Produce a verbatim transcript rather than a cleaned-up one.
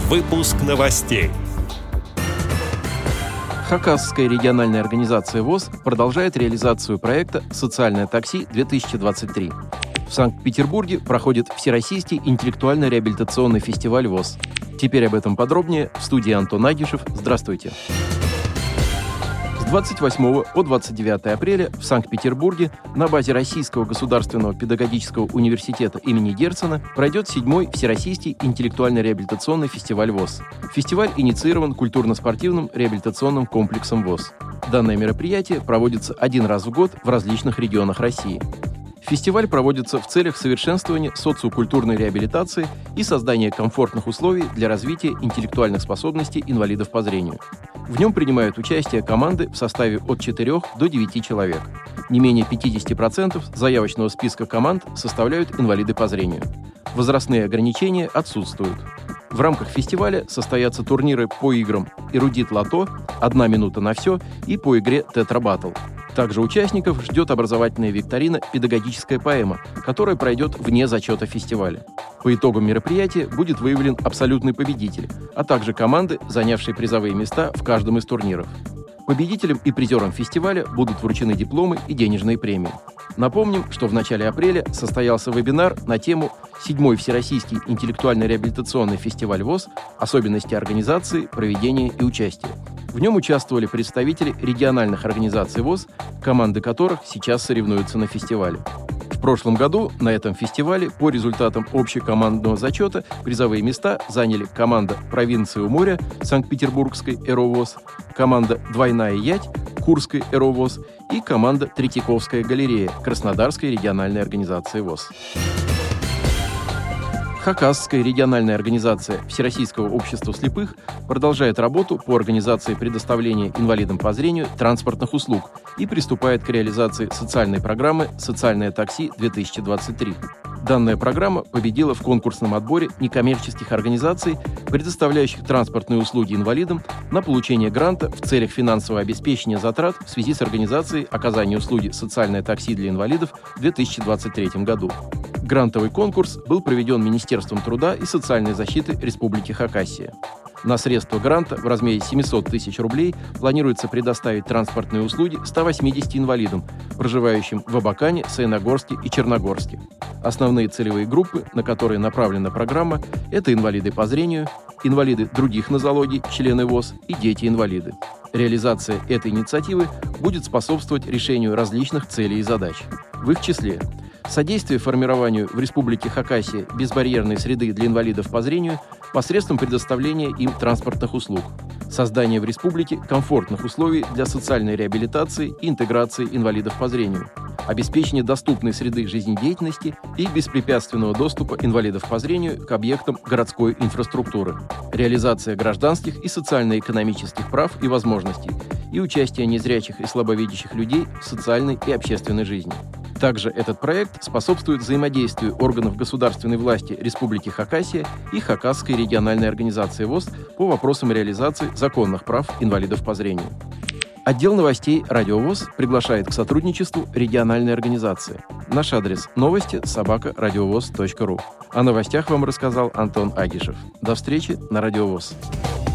Выпуск новостей. Хакасская региональная организация ВОС продолжает реализацию проекта «Социальное такси-две тысячи двадцать три». В Санкт-Петербурге проходит Всероссийский интеллектуально-реабилитационный фестиваль ВОС. Теперь об этом подробнее в студии Антон Агишев. Здравствуйте. С двадцать восьмого по двадцать девятое апреля в Санкт-Петербурге на базе Российского государственного педагогического университета имени Герцена пройдет седьмой Всероссийский интеллектуально-реабилитационный фестиваль ВОС. Фестиваль инициирован культурно-спортивным реабилитационным комплексом ВОС. Данное мероприятие проводится один раз в год в различных регионах России. Фестиваль проводится в целях совершенствования социокультурной реабилитации и создания комфортных условий для развития интеллектуальных способностей инвалидов по зрению. В нем принимают участие команды в составе от четырёх до девяти человек. Не менее пятьдесят процентов заявочного списка команд составляют инвалиды по зрению. Возрастные ограничения отсутствуют. В рамках фестиваля состоятся турниры по играм «Эрудит Лото», «Одна минута на все» и по игре «Тетра Баттл». Также участников ждет образовательная викторина «Педагогическая поэма», которая пройдет вне зачета фестиваля. По итогам мероприятия будет выявлен абсолютный победитель, а также команды, занявшие призовые места в каждом из турниров. Победителям и призерам фестиваля будут вручены дипломы и денежные премии. Напомним, что в начале апреля состоялся вебинар на тему «Седьмой Всероссийский интеллектуально-реабилитационный фестиваль ВОС. Особенности организации, проведения и участия». В нем участвовали представители региональных организаций ВОС, команды которых сейчас соревнуются на фестивале. В прошлом году на этом фестивале по результатам общекомандного зачета призовые места заняли команда «Провинция у моря» Санкт-Петербургской ЭРО-ВОС, команда «Двойная Ять» Курской ЭРО-ВОС и команда «Третьяковская галерея» Краснодарской региональной организации ВОС. Хакасская региональная организация Всероссийского общества слепых продолжает работу по организации предоставления инвалидам по зрению транспортных услуг и приступает к реализации социальной программы «Социальное такси-две тысячи двадцать три». Данная программа победила в конкурсном отборе некоммерческих организаций, предоставляющих транспортные услуги инвалидам, на получение гранта в целях финансового обеспечения затрат в связи с организацией оказания услуги «Социальное такси для инвалидов» в две тысячи двадцать третьем году. Грантовый конкурс был проведен Министерством труда и социальной защиты Республики Хакасия. На средства гранта в размере семьсот тысяч рублей планируется предоставить транспортные услуги ста восьмидесяти инвалидам, проживающим в Абакане, Саяногорске и Черногорске. Основные целевые группы, на которые направлена программа, это инвалиды по зрению, инвалиды других нозологий, члены ВОС и дети-инвалиды. Реализация этой инициативы будет способствовать решению различных целей и задач. В их числе содействие формированию в Республике Хакасия безбарьерной среды для инвалидов по зрению посредством предоставления им транспортных услуг, создание в республике комфортных условий для социальной реабилитации и интеграции инвалидов по зрению, обеспечение доступной среды жизнедеятельности и беспрепятственного доступа инвалидов по зрению к объектам городской инфраструктуры, реализация гражданских и социально-экономических прав и возможностей и участие незрячих и слабовидящих людей в социальной и общественной жизни. Также этот проект способствует взаимодействию органов государственной власти Республики Хакасия и Хакасской региональной организации ВОС по вопросам реализации законных прав инвалидов по зрению. Отдел новостей «Радио ВОС» приглашает к сотрудничеству региональной организации. Наш адрес – новости собака радиовоз точка ру. О новостях вам рассказал Антон Агишев. До встречи на Радио ВОС.